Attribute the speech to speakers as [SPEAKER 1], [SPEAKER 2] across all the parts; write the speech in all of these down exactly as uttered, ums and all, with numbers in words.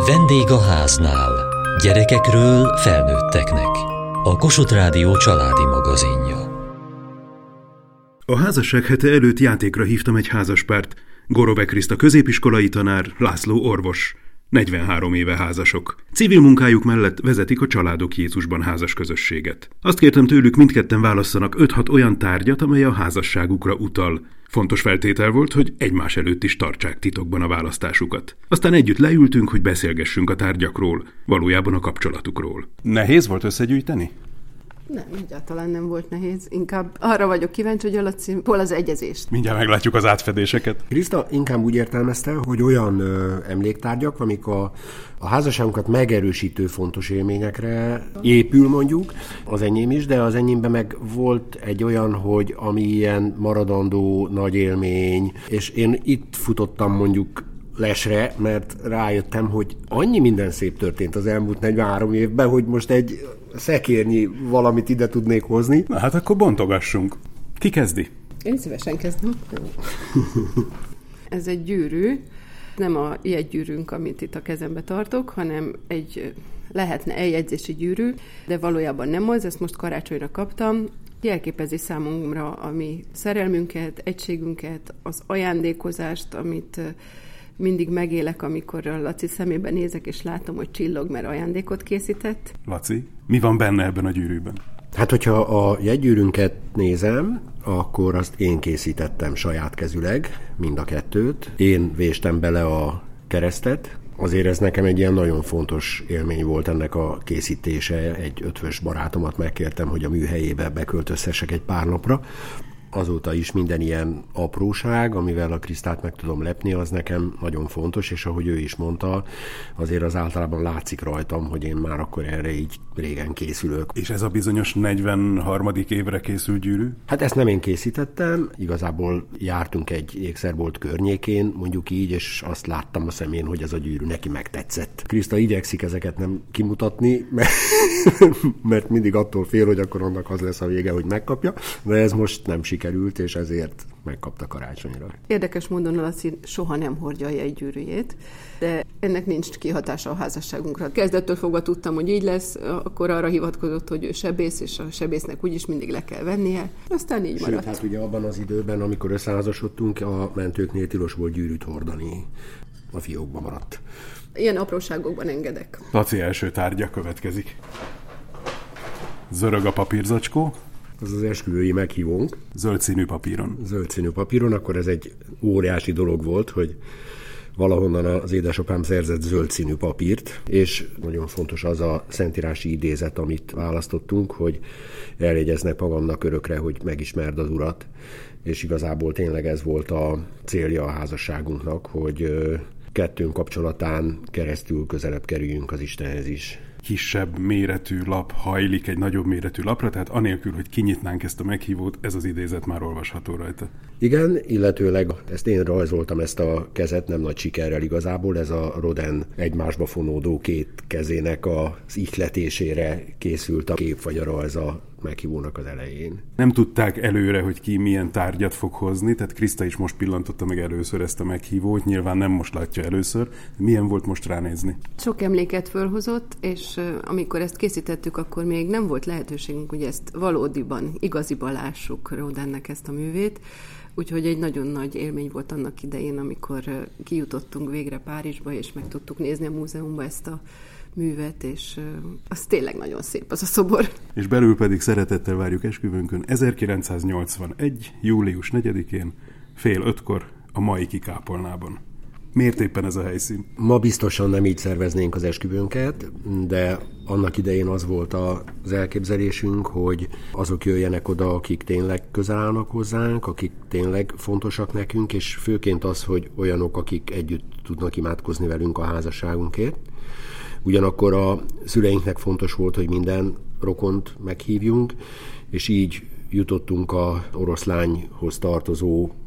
[SPEAKER 1] Vendég a háznál. Gyerekekről felnőtteknek. A Kossuth Rádió családi magazinja.
[SPEAKER 2] A házasság hete előtt játékra hívtam egy házaspárt. Gorovec Kriszta középiskolai tanár, László orvos. negyvenhárom éve házasok. Civil munkájuk mellett vezetik a Családok Jézusban házas közösséget. Azt kértem tőlük, mindketten válasszanak öt-hat olyan tárgyat, amely a házasságukra utal. Fontos feltétel volt, hogy egymás előtt is tartsák titokban a választásukat. Aztán együtt leültünk, hogy beszélgessünk a tárgyakról, valójában a kapcsolatukról.
[SPEAKER 3] Nehéz volt összegyűjteni?
[SPEAKER 4] Nem, egyáltalán nem volt nehéz. Inkább arra vagyok kíváncsi, hogy a Laci, hol az egyezést.
[SPEAKER 3] Mindjárt meglátjuk az átfedéseket.
[SPEAKER 5] Kriszta inkább úgy értelmezte, hogy olyan ö, emléktárgyak, amik a, a házasságunkat megerősítő fontos élményekre épül mondjuk, az enyém is, de az enyémben meg volt egy olyan, hogy ami ilyen maradandó nagy élmény, és én itt futottam mondjuk lesre, mert rájöttem, hogy annyi minden szép történt az elmúlt negyvenhárom évben, hogy most egy szekérnyi valamit ide tudnék hozni.
[SPEAKER 3] Na hát akkor bontogassunk. Ki kezdi?
[SPEAKER 4] Én szívesen kezdem. Ez egy gyűrű, nem a jegygyűrűnk, amit itt a kezembe tartok, hanem egy, lehetne eljegyzési gyűrű, de valójában nem az, ezt most karácsonyra kaptam. Jelképezi számunkra a mi szerelmünket, egységünket, az ajándékozást, amit mindig megélek, amikor a Laci szemébe nézek, és látom, hogy csillog, mert ajándékot készített.
[SPEAKER 3] Laci, mi van benne ebben a gyűrűben?
[SPEAKER 5] Hát, hogyha a jegygyűrűnket nézem, akkor azt én készítettem saját kezüleg, mind a kettőt. Én véstem bele a keresztet. Azért ez nekem egy ilyen nagyon fontos élmény volt ennek a készítése. Egy ötvös barátomat megkértem, hogy a műhelyébe beköltözhessek egy pár napra. Azóta is minden ilyen apróság, amivel a Krisztát meg tudom lepni, az nekem nagyon fontos, és ahogy ő is mondta, azért az általában látszik rajtam, hogy én már akkor erre így régen készülök.
[SPEAKER 3] És ez a bizonyos negyvenharmadik évre készült gyűrű?
[SPEAKER 5] Hát ezt nem én készítettem, igazából jártunk egy ékszerbolt környékén, mondjuk így, és azt láttam a szemén, hogy ez a gyűrű neki megtetszett. Kriszta igyekszik ezeket nem kimutatni, mert, mert mindig attól fél, hogy akkor annak az lesz a vége, hogy megkapja, de ez most nem sikerült. Került, és ezért megkapta karácsonyra.
[SPEAKER 4] Érdekes módon a Laci soha nem hordja a jegygyűrűjét, de ennek nincs kihatása a házasságunkra. Kezdettől fogva tudtam, hogy így lesz, akkor arra hivatkozott, hogy ő sebész, és a sebésznek úgyis mindig le kell vennie. Aztán így
[SPEAKER 5] Sőt,
[SPEAKER 4] maradt.
[SPEAKER 5] hát ugye abban az időben, amikor összeházasodtunk, a mentőknél tilos volt gyűrűt hordani. A fiókba maradt.
[SPEAKER 4] Ilyen apróságokban engedek.
[SPEAKER 3] Laci első tárgya következik. Zörög a papírzacskó.
[SPEAKER 5] Az az esküvői meghívónk.
[SPEAKER 3] Zöld színű papíron.
[SPEAKER 5] Zöld színű papíron, akkor ez egy óriási dolog volt, hogy valahonnan az édesapám szerzett zöld színű papírt, és nagyon fontos az a szentírási idézet, amit választottunk, hogy eljegyeznek magamnak örökre, hogy megismerd az Urat, és igazából tényleg ez volt a célja a házasságunknak, hogy kettőnk kapcsolatán keresztül közelebb kerüljünk az Istenhez is.
[SPEAKER 3] Kisebb méretű lap hajlik egy nagyobb méretű lapra, tehát anélkül, hogy kinyitnánk ezt a meghívót, ez az idézet már olvasható rajta.
[SPEAKER 5] Igen, illetőleg ezt én rajzoltam, ezt a kezet, nem nagy sikerrel igazából, ez a Rodin egymásba fonódó két kezének az ihletésére készült a kép vagy a rajz a meghívónak az elején.
[SPEAKER 3] Nem tudták előre, hogy ki milyen tárgyat fog hozni, tehát Kriszta is most pillantotta meg először ezt a meghívót, nyilván nem most látja először. Milyen volt most ránézni?
[SPEAKER 4] Sok emléket fölhozott, és amikor ezt készítettük, akkor még nem volt lehetőségünk, hogy ezt valódiban, igaziban lássuk Rodinnek ezt a művét, úgyhogy egy nagyon nagy élmény volt annak idején, amikor kijutottunk végre Párizsba, és meg tudtuk nézni a múzeumban ezt a művet, és az tényleg nagyon szép az a szobor.
[SPEAKER 3] És belül pedig szeretettel várjuk esküvőnkön ezerkilencszáznyolcvanegy. július negyedikén fél ötkor a Maiki kápolnában. Miért éppen ez a helyszín?
[SPEAKER 5] Ma biztosan nem így szerveznénk az esküvőnket, de annak idején az volt az elképzelésünk, hogy azok jöjjenek oda, akik tényleg közel állnak hozzánk, akik tényleg fontosak nekünk, és főként az, hogy olyanok, akik együtt tudnak imádkozni velünk a házasságunkért. Ugyanakkor a szüleinknek fontos volt, hogy minden rokont meghívjunk, és így jutottunk a oroszlányhoz tartozó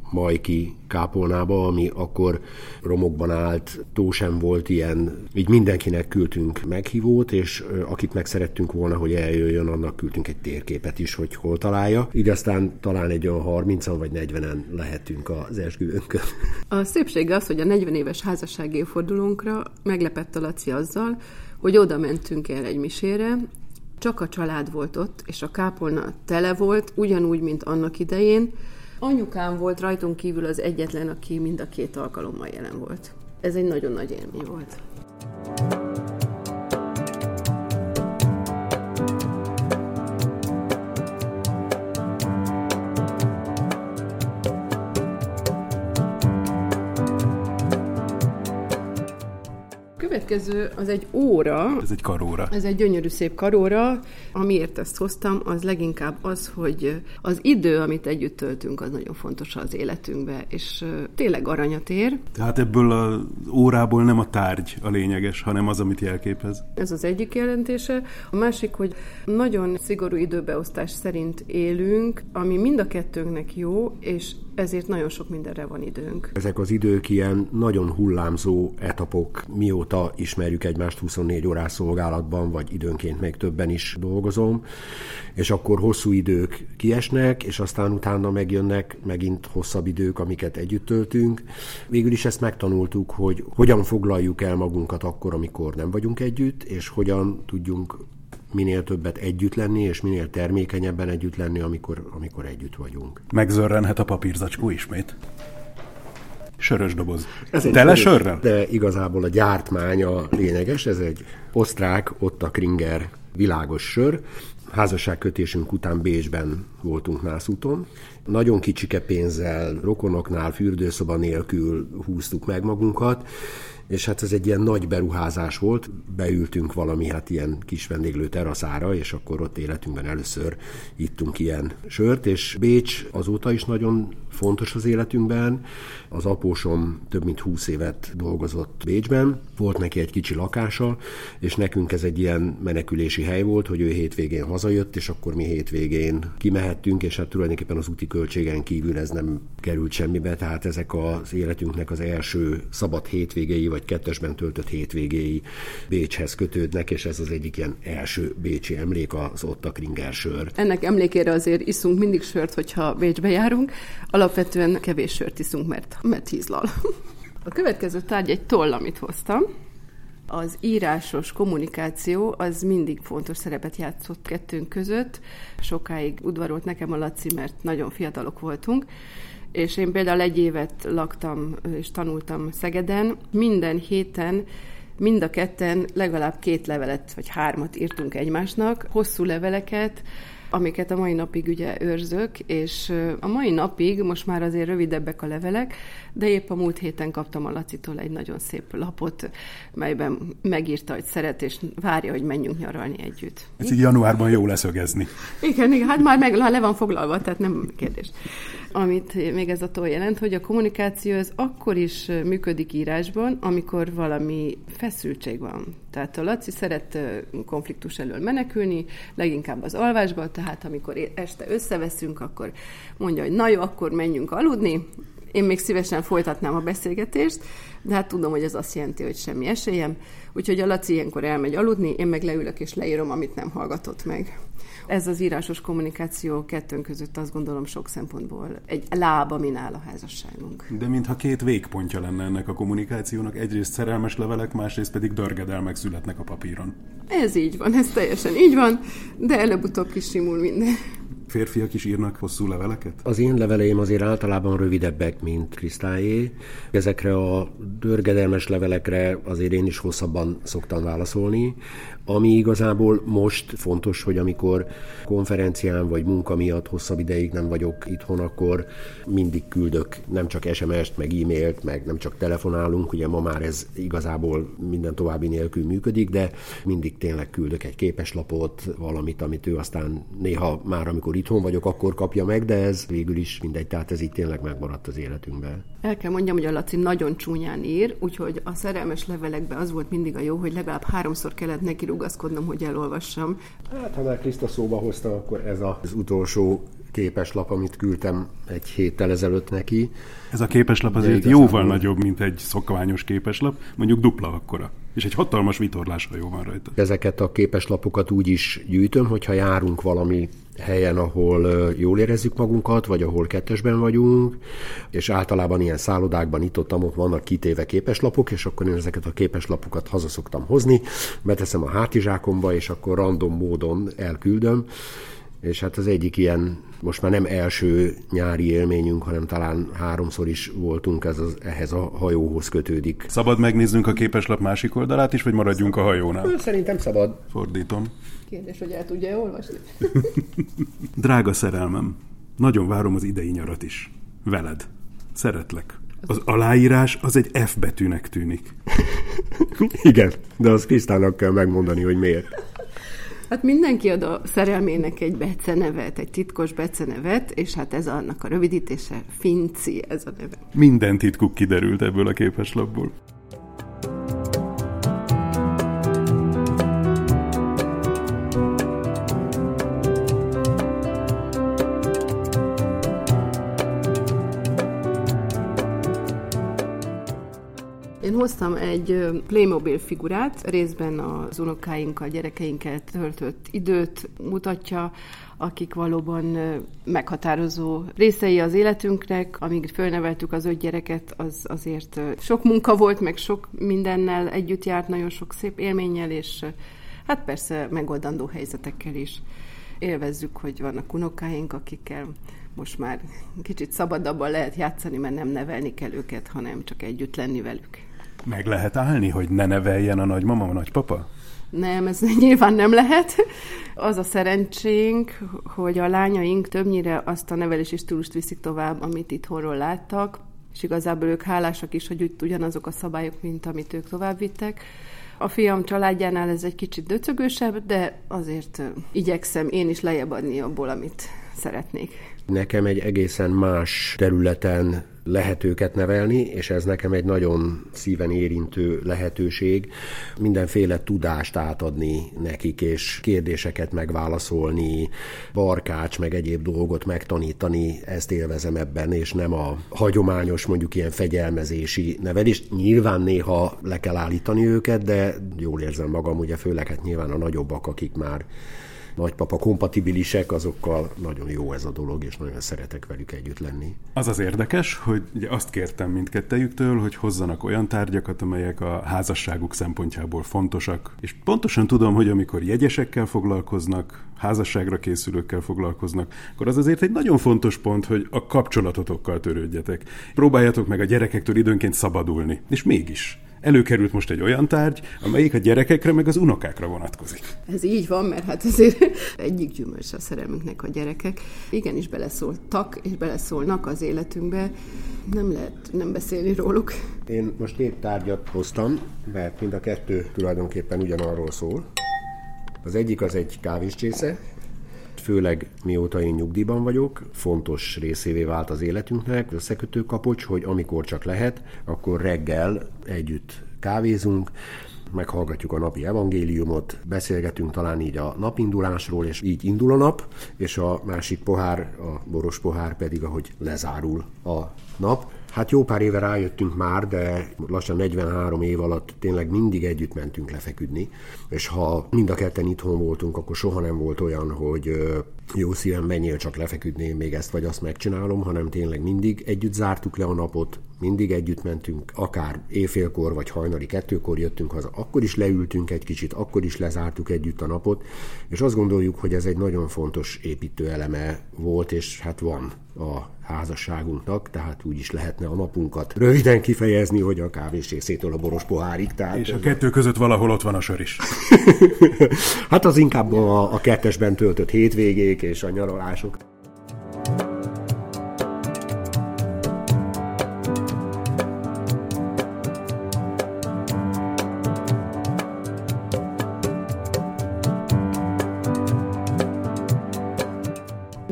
[SPEAKER 5] Majki kápolnába, ami akkor romokban állt, tó sem volt ilyen, így mindenkinek küldtünk meghívót, és akit meg szerettünk volna, hogy eljöjjön, annak küldtünk egy térképet is, hogy hol találja. Így aztán talán egy olyan harmincan vagy negyvenen lehetünk az esküvőnkön.
[SPEAKER 4] A szépsége az, hogy a negyven éves házassági évfordulónkra meglepett a Laci azzal, hogy oda mentünk el egy misére, csak a család volt ott, és a kápolna tele volt, ugyanúgy, mint annak idején. Anyukám volt rajtunk kívül az egyetlen, aki mind a két alkalommal jelen volt. Ez egy nagyon nagy élmény volt. Következő az egy óra.
[SPEAKER 3] Ez egy karóra.
[SPEAKER 4] Ez egy gyönyörű szép karóra. Amiért ezt hoztam, az leginkább az, hogy az idő, amit együtt töltünk, az nagyon fontos az életünkbe, és tényleg aranyat ér.
[SPEAKER 3] Tehát ebből az órából nem a tárgy a lényeges, hanem az, amit jelképez.
[SPEAKER 4] Ez az egyik jelentése. A másik, hogy nagyon szigorú időbeosztás szerint élünk, ami mind a kettőnknek jó, és ezért nagyon sok mindenre van időnk.
[SPEAKER 5] Ezek az idők ilyen nagyon hullámzó etapok, mióta ismerjük egymást huszonnégy órás szolgálatban, vagy időnként még többen is dolgozom, és akkor hosszú idők kiesnek, és aztán utána megjönnek megint hosszabb idők, amiket együtt töltünk. Végül is ezt megtanultuk, hogy hogyan foglaljuk el magunkat akkor, amikor nem vagyunk együtt, és hogyan tudjunk minél többet együtt lenni, és minél termékenyebben együtt lenni, amikor, amikor együtt vagyunk.
[SPEAKER 3] Megzörrenhet a papírzacskó ismét. Sörös doboz.
[SPEAKER 5] Tele sörrel? De igazából a gyártmány a lényeges, ez egy osztrák Ottakringer világos sör. Házasságkötésünk után Bécsben voltunk nászúton. Nagyon kicsike pénzzel, rokonoknál, fürdőszoba nélkül húztuk meg magunkat, és hát ez egy ilyen nagy beruházás volt. Beültünk valami hát ilyen kis vendéglő teraszára, és akkor ott életünkben először ittunk ilyen sört, és Bécs azóta is nagyon fontos az életünkben. Az apósom több mint húsz évet dolgozott Bécsben, volt neki egy kicsi lakása, és nekünk ez egy ilyen menekülési hely volt, hogy ő hétvégén hazajött, és akkor mi hétvégén kimehettünk, és hát tulajdonképpen az úti költségen kívül ez nem került semmibe, tehát ezek az életünknek az első szabad hétvégéi, vagy kettesben töltött hétvégéi Bécshez kötődnek, és ez az egyik ilyen első bécsi emlék, az Ottakringer sör.
[SPEAKER 4] Ennek emlékére azért iszunk mindig sört, hogyha Bécsbe járunk. Alapvetően kevés sört iszunk, mert, mert hízlal. A következő tárgy egy toll, amit hoztam. Az írásos kommunikáció az mindig fontos szerepet játszott kettőnk között. Sokáig udvarolt nekem a Laci, mert nagyon fiatalok voltunk, és én például egy évet laktam és tanultam Szegeden. Minden héten mind a ketten legalább két levelet vagy hármat írtunk egymásnak, hosszú leveleket, amiket a mai napig ugye őrzök, és a mai napig most már azért rövidebbek a levelek, de épp a múlt héten kaptam a Lacitól egy nagyon szép lapot, melyben megírta, hogy szeret, és várja, hogy menjünk nyaralni együtt.
[SPEAKER 3] Ez így januárban jó leszögezni.
[SPEAKER 4] Igen, igen, hát már meg, le van foglalva, tehát nem kérdés. Amit még ez a toll jelent, hogy a kommunikáció az akkor is működik írásban, amikor valami feszültség van. Tehát a Laci szeret konfliktus elől menekülni, leginkább az alvásban, tehát amikor este összeveszünk, akkor mondja, hogy na jó, akkor menjünk aludni. Én még szívesen folytatnám a beszélgetést, de hát tudom, hogy ez azt jelenti, hogy semmi esélyem. Úgyhogy a Laci ilyenkor elmegy aludni, én meg leülök és leírom, amit nem hallgatott meg. Ez az írásos kommunikáció kettőnk között azt gondolom sok szempontból egy láb, amin áll a házasságunk.
[SPEAKER 3] De mintha két végpontja lenne ennek a kommunikációnak, egyrészt szerelmes levelek, másrészt pedig dörgedelmek születnek a papíron.
[SPEAKER 4] Ez így van, ez teljesen így van, de előbb-utóbb kisimul minden.
[SPEAKER 3] Férfiak is írnak hosszú leveleket?
[SPEAKER 5] Az én leveleim azért általában rövidebbek, mint Krisztályé. Ezekre a dörgedelmes levelekre azért én is hosszabban szoktam válaszolni. Ami igazából most fontos, hogy amikor konferencián vagy munka miatt hosszabb ideig nem vagyok itthon, akkor mindig küldök nem csak es em est, meg e-mailt, meg nem csak telefonálunk, ugye ma már ez igazából minden további nélkül működik, de mindig tényleg küldök egy képeslapot, valamit, amit ő aztán néha már, amikor itthon vagyok, akkor kapja meg, de ez végül is mindegy, tehát ez így tényleg megmaradt az életünkben.
[SPEAKER 4] El kell mondjam, hogy a Laci nagyon csúnyán ír, úgyhogy a szerelmes levelekben az volt mindig a jó, hogy legalább háromszor kellett neki rugaszkodnom, hogy elolvassam.
[SPEAKER 5] Hát, ha már Kriszta szóba hozta, akkor ez az utolsó képeslap, amit küldtem egy héttel ezelőtt neki.
[SPEAKER 3] Ez a képeslap azért jóval nagyobb, mint egy szokványos képeslap, mondjuk dupla akkora. És egy hatalmas vitorláshajó van rajta.
[SPEAKER 5] Ezeket a képeslapokat úgy is gyűjtöm, hogyha járunk valami helyen, ahol jól érezzük magunkat, vagy ahol kettesben vagyunk, és általában ilyen szállodákban itt-ott ott vannak kitéve képeslapok, és akkor én ezeket a képeslapokat haza szoktam hozni, beteszem a hátizsákomba, és akkor random módon elküldöm. És hát az egyik ilyen, most már nem első nyári élményünk, hanem talán háromszor is voltunk, ez az, ehhez a hajóhoz kötődik.
[SPEAKER 3] Szabad megnéznünk a képeslap másik oldalát is, vagy maradjunk szabad. A hajónál?
[SPEAKER 5] Szerintem szabad.
[SPEAKER 3] Fordítom.
[SPEAKER 4] Kérdés, hogy el tudja olvasni?
[SPEAKER 3] Drága szerelmem, nagyon várom az idei nyarat is. Veled. Szeretlek. Az aláírás az egy F betűnek tűnik.
[SPEAKER 5] Igen, de az Krisztának kell megmondani, hogy miért.
[SPEAKER 4] Hát mindenki ad a szerelmének egy becenevet, egy titkos becenevet, és hát ez annak a rövidítése, Finci ez a neve.
[SPEAKER 3] Minden titkuk kiderült ebből a képeslapból.
[SPEAKER 4] Én hoztam egy Playmobil figurát, részben az unokáinkkal, gyerekeinkkel töltött időt mutatja, akik valóban meghatározó részei az életünknek. Amíg fölneveltük az öt gyereket, az azért sok munka volt, meg sok mindennel együtt járt, nagyon sok szép élménnyel, és hát persze megoldandó helyzetekkel is. Élvezzük, hogy vannak unokáink, akikkel most már kicsit szabadabban lehet játszani, mert nem nevelni kell őket, hanem csak együtt lenni velük.
[SPEAKER 3] Meg lehet állni, hogy ne neveljen a nagymama, a nagypapa?
[SPEAKER 4] Nem, ez nyilván nem lehet. Az a szerencsénk, hogy a lányaink többnyire azt a nevelési stílust viszik tovább, amit itthonról láttak, és igazából ők hálásak is, hogy ugyanazok a szabályok, mint amit ők tovább vittek. A fiam családjánál ez egy kicsit döcögősebb, de azért igyekszem én is lejjebb adni abból, amit szeretnék.
[SPEAKER 5] Nekem egy egészen más területen lehet őket nevelni, és ez nekem egy nagyon szíven érintő lehetőség. Mindenféle tudást átadni nekik, és kérdéseket megválaszolni, barkács, meg egyéb dolgot megtanítani, ezt élvezem ebben, és nem a hagyományos, mondjuk ilyen fegyelmezési nevelést. Nyilván néha le kell állítani őket, de jól érzem magam, ugye főleg hát nyilván a nagyobbak, akik már nagypapa kompatibilisek, azokkal nagyon jó ez a dolog, és nagyon szeretek velük együtt lenni. Az
[SPEAKER 3] az érdekes, hogy ugye azt kértem mindkettejüktől, hogy hozzanak olyan tárgyakat, amelyek a házasságuk szempontjából fontosak. És pontosan tudom, hogy amikor jegyesekkel foglalkoznak, házasságra készülőkkel foglalkoznak, akkor az azért egy nagyon fontos pont, hogy a kapcsolatotokkal törődjetek. Próbáljatok meg a gyerekektől időnként szabadulni. És mégis. Előkerült most egy olyan tárgy, amelyik a gyerekekre meg az unokákra vonatkozik.
[SPEAKER 4] Ez így van, mert hát azért egyik gyümölcs a szerelmünknek a gyerekek. Igenis beleszóltak, és beleszólnak az életünkbe. Nem lehet nem beszélni róluk.
[SPEAKER 5] Én most két tárgyat hoztam, mert mind a kettő tulajdonképpen ugyanarról szól. Az egyik az egy kávéscsésze, főleg mióta én nyugdíjban vagyok, fontos részévé vált az életünknek, összekötő kapocs, hogy amikor csak lehet, akkor reggel együtt kávézunk, meghallgatjuk a napi evangéliumot, beszélgetünk talán így a napindulásról, és így indul a nap, és a másik pohár, a boros pohár pedig, ahogy lezárul a nap. Hát jó pár éve rájöttünk már, de lassan negyvenhárom év alatt tényleg mindig együtt mentünk lefeküdni, és ha mind a ketten itthon voltunk, akkor soha nem volt olyan, hogy jó szívem, menjél csak lefeküdni, én még ezt vagy azt megcsinálom, hanem tényleg mindig együtt zártuk le a napot, mindig együtt mentünk, akár éjfélkor vagy hajnali kettőkor jöttünk haza, akkor is leültünk egy kicsit, akkor is lezártuk együtt a napot, és azt gondoljuk, hogy ez egy nagyon fontos építő eleme volt, és hát van a házasságunknak, tehát úgy is lehetne a napunkat röviden kifejezni, hogy a kávéscsészétől a boros pohárig. Tehát
[SPEAKER 3] és a kettő között valahol ott van a sör is.
[SPEAKER 5] Hát az inkább a, a kettesben töltött hétvégék és a nyaralások.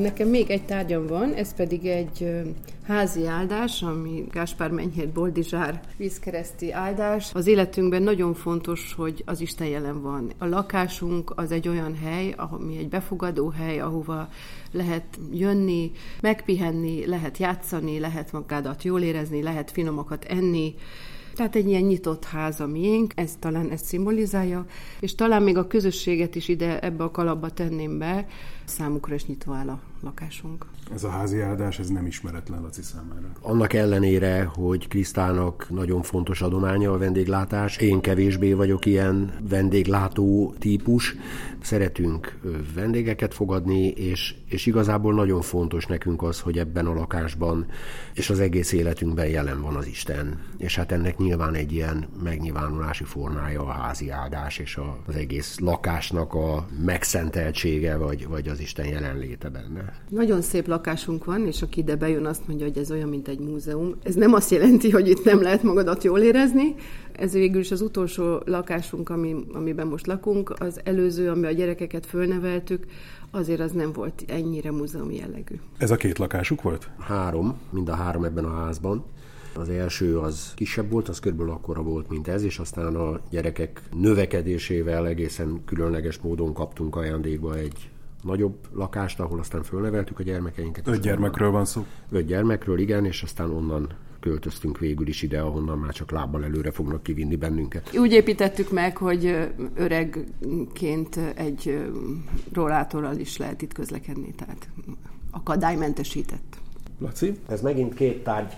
[SPEAKER 4] Nekem még egy tárgyam van, ez pedig egy házi áldás, ami Gáspár Menyhért Boldizsár vízkereszti áldás. Az életünkben nagyon fontos, hogy az Isten jelen van. A lakásunk az egy olyan hely, ami egy befogadó hely, ahova lehet jönni, megpihenni, lehet játszani, lehet magádat jól érezni, lehet finomakat enni. Tehát egy ilyen nyitott ház a miénk, ez talán ezt szimbolizálja, és talán még a közösséget is ide ebbe a kalapba tenném be, számukra is nyitva áll a lakásunk.
[SPEAKER 3] Ez a házi áldás, ez nem ismeretlen Laci számára.
[SPEAKER 5] Annak ellenére, hogy Krisztának nagyon fontos adománya a vendéglátás, én kevésbé vagyok ilyen vendéglátó típus, szeretünk vendégeket fogadni, és, és igazából nagyon fontos nekünk az, hogy ebben a lakásban és az egész életünkben jelen van az Isten. És hát ennek nyilván egy ilyen megnyilvánulási formája a házi áldás, és a, az egész lakásnak a megszenteltsége, vagy, vagy az Isten jelenléte benne.
[SPEAKER 4] Nagyon szép lakásunk van, és aki ide bejön, azt mondja, hogy ez olyan, mint egy múzeum. Ez nem azt jelenti, hogy itt nem lehet magadat jól érezni. Ez végül is az utolsó lakásunk, ami, amiben most lakunk. Az előző, ami a gyerekeket fölneveltük, azért az nem volt ennyire múzeumi jellegű.
[SPEAKER 3] Ez a két lakásuk volt?
[SPEAKER 5] Három, mind a három ebben a házban. Az első az kisebb volt, az körülbelül akkora volt, mint ez, és aztán a gyerekek növekedésével egészen különleges módon kaptunk ajándékba egy nagyobb lakást, ahol aztán fölneveltük a gyermekeinket.
[SPEAKER 3] Öt gyermekről van szó?
[SPEAKER 5] Öt gyermekről, igen, és aztán onnan költöztünk végül is ide, ahonnan már csak lábbal előre fognak kivinni bennünket.
[SPEAKER 4] Úgy építettük meg, hogy öregként egy rollátorral is lehet itt közlekedni, tehát akadálymentesített.
[SPEAKER 3] Laci?
[SPEAKER 5] Ez megint két tárgy.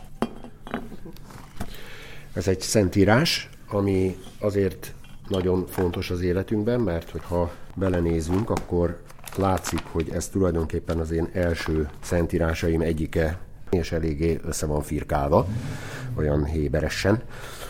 [SPEAKER 5] Ez egy szentírás, ami azért nagyon fontos az életünkben, mert hogyha belenézünk, akkor látszik, hogy ez tulajdonképpen az én első szentírásaim egyike, és eléggé össze van firkálva, olyan héberesen.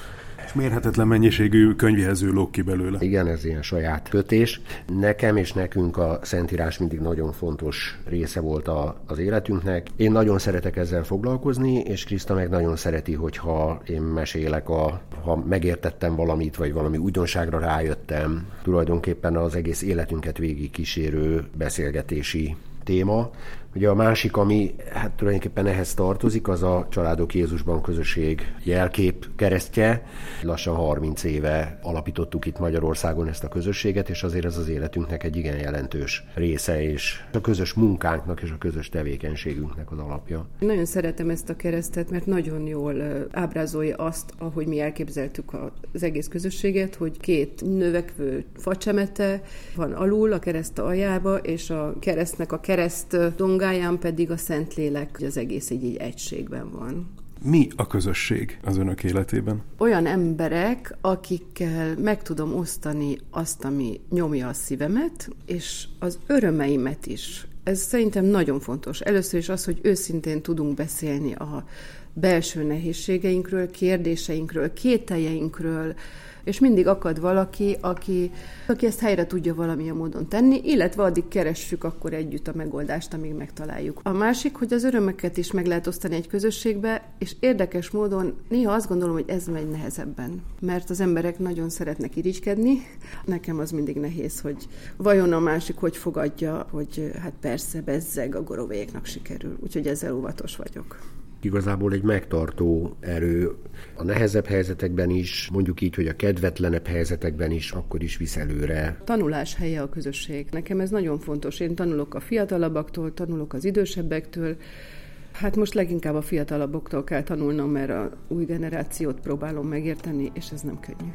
[SPEAKER 3] És mérhetetlen mennyiségű könyvjelző lóg ki belőle.
[SPEAKER 5] Igen, ez ilyen saját kötés. Nekem és nekünk a szentírás mindig nagyon fontos része volt a, az életünknek. Én nagyon szeretek ezzel foglalkozni, és Kriszta meg nagyon szereti, hogyha én mesélek, a, ha megértettem valamit, vagy valami újdonságra rájöttem. Tulajdonképpen az egész életünket végig kísérő beszélgetési téma. Ugye a másik, ami hát tulajdonképpen ehhez tartozik, az a Családok Jézusban közösség jelkép keresztje. Lassan harminc éve alapítottuk itt Magyarországon ezt a közösséget, és azért ez az életünknek egy igen jelentős része, és a közös munkánknak és a közös tevékenységünknek az alapja.
[SPEAKER 4] Nagyon szeretem ezt a keresztet, mert nagyon jól ábrázolja azt, ahogy mi elképzeltük az egész közösséget, hogy két növekvő facsemete van alul a kereszt aljába, és a keresztnek a kereszt dongáján pedig a Szentlélek, hogy az egész így, így egységben van.
[SPEAKER 3] Mi a közösség az önök életében?
[SPEAKER 4] Olyan emberek, akikkel meg tudom osztani azt, ami nyomja a szívemet, és az örömeimet is. Ez szerintem nagyon fontos. Először is az, hogy őszintén tudunk beszélni a belső nehézségeinkről, kérdéseinkről, kételjeinkről, és mindig akad valaki, aki, aki ezt helyre tudja valamilyen módon tenni, illetve addig keressük akkor együtt a megoldást, amíg megtaláljuk. A másik, hogy az örömöket is meg lehet osztani egy közösségbe, és érdekes módon néha azt gondolom, hogy ez megy nehezebben, mert az emberek nagyon szeretnek irigykedni. Nekem az mindig nehéz, hogy vajon a másik hogy fogadja, hogy hát persze bezzeg a gorovéknak sikerül, úgyhogy ezzel óvatos vagyok.
[SPEAKER 5] Igazából egy megtartó erő a nehezebb helyzetekben is, mondjuk így, hogy a kedvetlenebb helyzetekben is, akkor is visz előre.
[SPEAKER 4] Tanulás helye a közösség. Nekem ez nagyon fontos. Én tanulok a fiatalabbaktól, tanulok az idősebbektől. Hát most leginkább a fiatalabboktól kell tanulnom, mert a új generációt próbálom megérteni, és ez nem könnyű.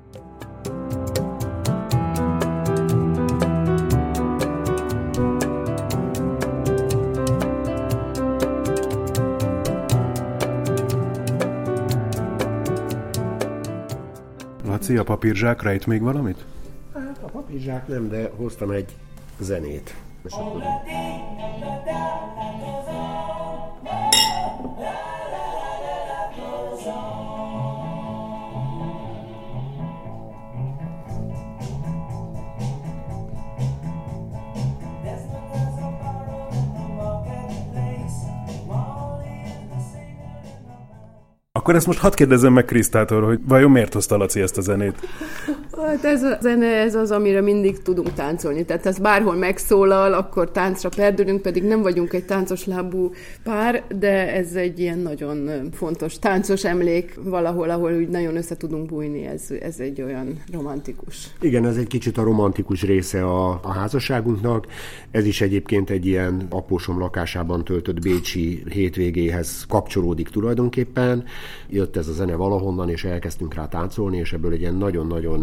[SPEAKER 3] Laci, a papírzsák rejt még valamit?
[SPEAKER 5] Hát a papírzsák nem, de hoztam egy zenét. És akkor...
[SPEAKER 3] Akkor Akkor ezt most hadd kérdezzem meg Krisztától, hogy vajon miért hozta Laci ezt a zenét?
[SPEAKER 4] Hát ez a zene, ez az, amire mindig tudunk táncolni. Tehát ez bárhol megszólal, akkor táncra perdülünk, pedig nem vagyunk egy táncos lábú pár, de ez egy ilyen nagyon fontos táncos emlék valahol, ahol úgy nagyon össze tudunk bújni. Ez, ez egy olyan romantikus.
[SPEAKER 5] Igen, ez egy kicsit a romantikus része a, a házasságunknak. Ez is egyébként egy ilyen apósom lakásában töltött bécsi hétvégéhez kapcsolódik tulajdonképpen. Jött ez a zene valahonnan, és elkezdtünk rá táncolni, és ebből egy ilyen nagyon-nagyon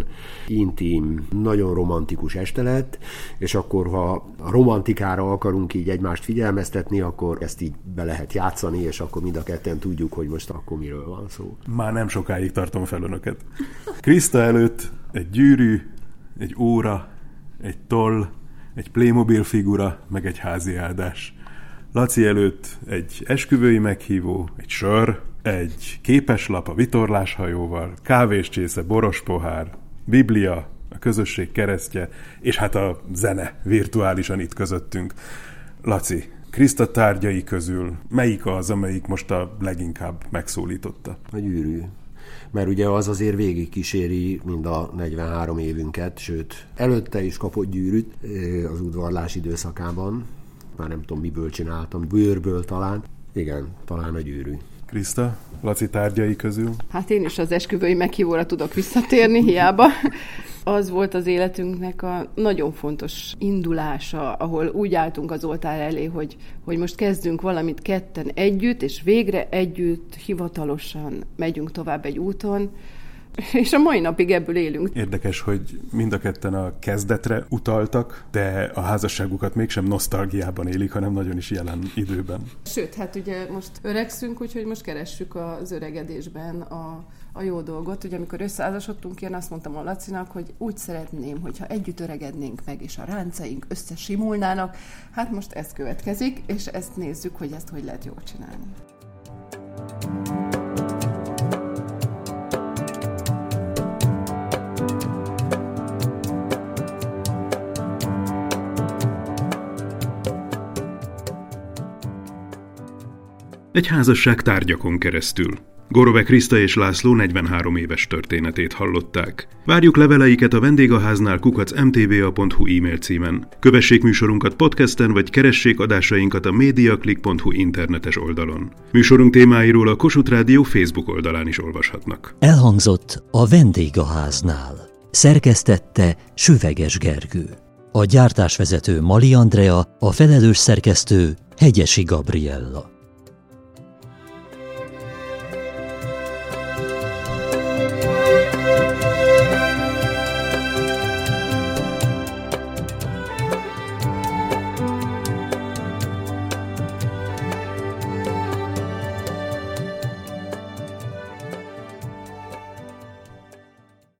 [SPEAKER 5] intim, nagyon romantikus este lett, és akkor, ha a romantikára akarunk így egymást figyelmeztetni, akkor ezt így be lehet játszani, és akkor mind a ketten tudjuk, hogy most akkor miről van szó.
[SPEAKER 3] Már nem sokáig tartom fel önöket. Kriszta előtt egy gyűrű, egy óra, egy toll, egy Playmobil figura, meg egy házi áldás. Laci előtt egy esküvői meghívó, egy sör, egy képeslap a vitorláshajóval, kávéscsésze, boros pohár, Biblia, a közösség keresztje, és hát a zene virtuálisan itt közöttünk. Laci, Kriszta tárgyai közül melyik az, amelyik most a leginkább megszólította?
[SPEAKER 5] A gyűrű. Mert ugye az azért végig kíséri mind a negyvenhárom évünket, sőt, előtte is kapott gyűrűt az udvarlás időszakában. Már nem tudom, miből csináltam, bőrből talán. Igen, talán a gyűrű.
[SPEAKER 3] Kriszta, Laci tárgyai közül?
[SPEAKER 4] Hát én is az esküvői meghívóra tudok visszatérni, hiába. Az volt az életünknek a nagyon fontos indulása, ahol úgy álltunk az oltár elé, hogy, hogy most kezdünk valamit ketten együtt, és végre együtt, hivatalosan megyünk tovább egy úton, és a mai napig ebből élünk.
[SPEAKER 3] Érdekes, hogy mind a ketten a kezdetre utaltak, de a házasságukat mégsem nosztalgiában élik, hanem nagyon is jelen időben.
[SPEAKER 4] Sőt, hát ugye most öregszünk, úgyhogy most keressük az öregedésben a, a jó dolgot. Ugye amikor összeházasodtunk, én azt mondtam a Lacinak, hogy úgy szeretném, hogyha együtt öregednénk meg, és a ráncaink összesimulnának. Hát most ez következik, és ezt nézzük, hogy ezt hogy lehet jól csinálni.
[SPEAKER 2] Egy házasság tárgyakon keresztül. Gorove Kriszta és László negyvenhárom éves történetét hallották. Várjuk leveleiket a vendégháznál kukac em té vé á pont hu e-mail címen. Kövessék műsorunkat podcasten, vagy keressék adásainkat a mediaclick pont hu internetes oldalon. Műsorunk témáiról a Kossuth Rádió Facebook oldalán is olvashatnak.
[SPEAKER 1] Elhangzott a vendégháznál. Szerkesztette Süveges Gergő. A gyártásvezető Mali Andrea, a felelős szerkesztő Hegyesi Gabriella.